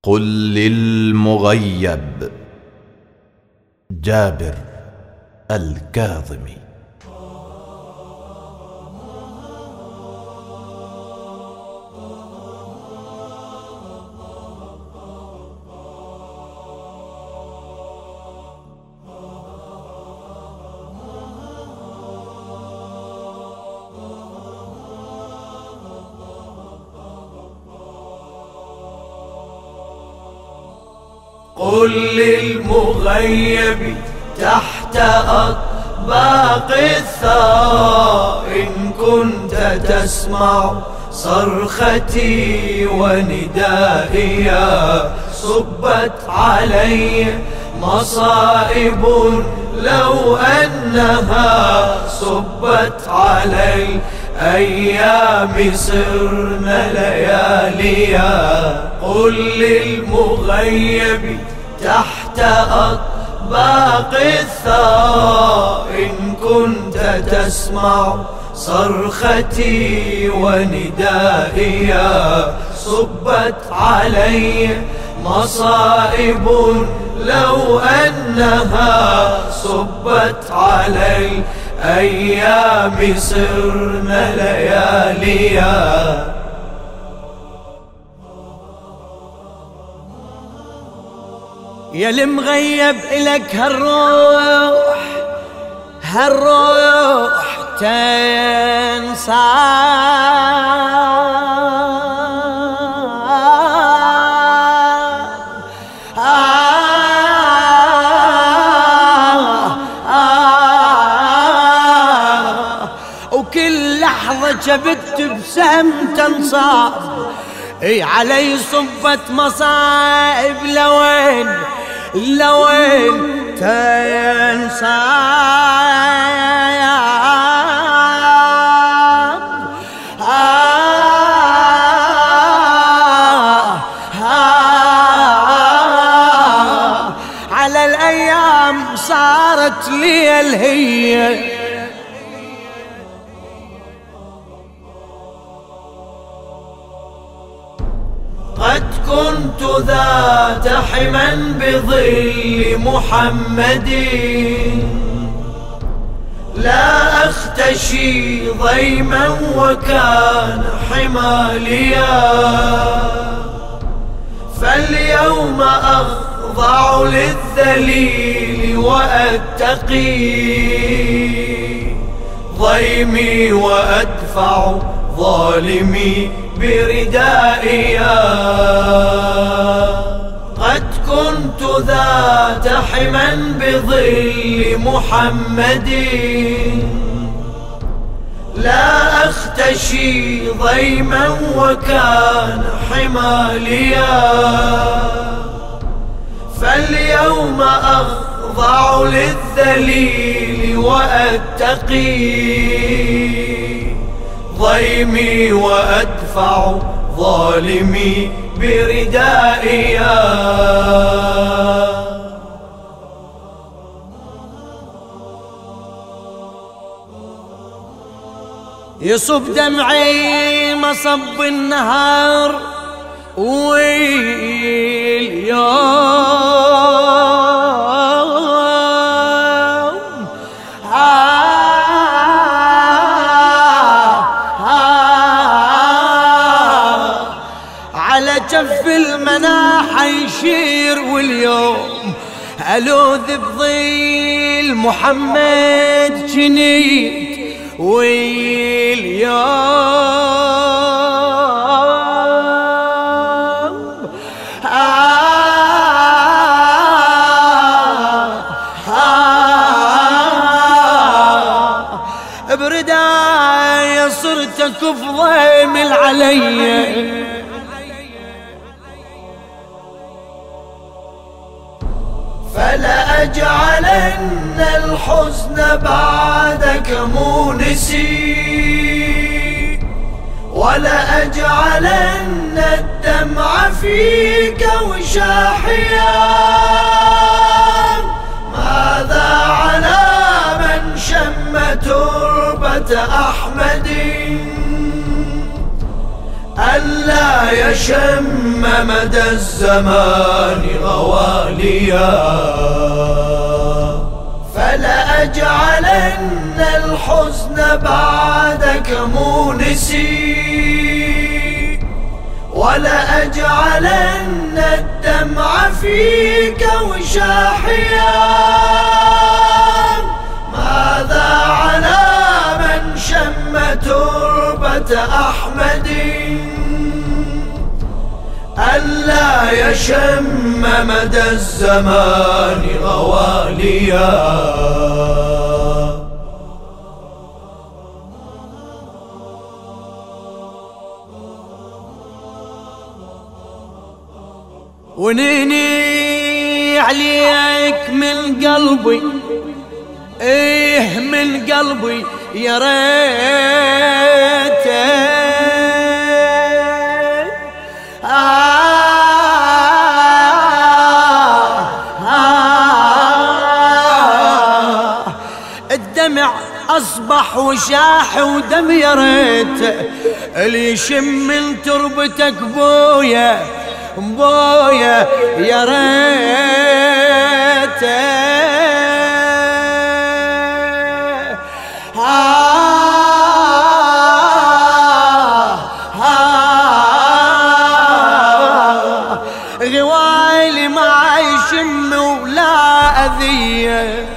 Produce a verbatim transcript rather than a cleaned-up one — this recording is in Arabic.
قل للمغيب جابر الكاظمي. قل للمغيب تحت أطباق الثرى إن كنت تسمع صرختي وندائي، صبت علي مصائب لو أنها صبت علي أيام صرن لياليا. قل للمغيب تحت أطباق الثرى إن كنت تسمع صرختي وندائي، صبت علي مصائب لو أنها صبت علي أيام صرن لياليا. يا المغيب إلك هالروح هالروح تنسى، وكل لحظة جبت بسهم تنصاب، اي علي صبت مصائب لوين لوين تنسى. على الأيام صارت لي الهي قد كنت ذات حما بظل محمد، لا أختشي ضيما وكان حماليا، فاليوم أخضع للذليل وأتقي ضيمي وأدفع ظالمي بردائي. قد كنت ذات حما بظل محمد، لا أختشي ضيما وكان حماليا، فاليوم أخضع للذليل وأتقي ضيمي وأدفع ظالمي بردائي. يصب دمعي مصب النهار واليوم، على جف المناحة يشير واليوم ألوذ بظل محمد جنيت واليوم. برداية صرت أكف ضيمل علي، فلا أجعلن الحزن بعدك مونسي، ولا أجعلن الدمع فيك وشاحيا. ماذا على من شم تربة أحمد ألا يشم مدى الزمان غواليا فلأجعلن الحزن بعدك مونسي ولأجعلن الدمع فيك وشاحيا ماذا على من شم تربة أحمد ألا يشم مدى الزمان غواليا ونيني عليك من قلبي ايه من قلبي يا ريت آه آه الدمع أصبح وشاح ودم يا ريت اللي يشم من تربتك بويا بويا يا ريت آه آه غوايلي ما يشم ولا أذية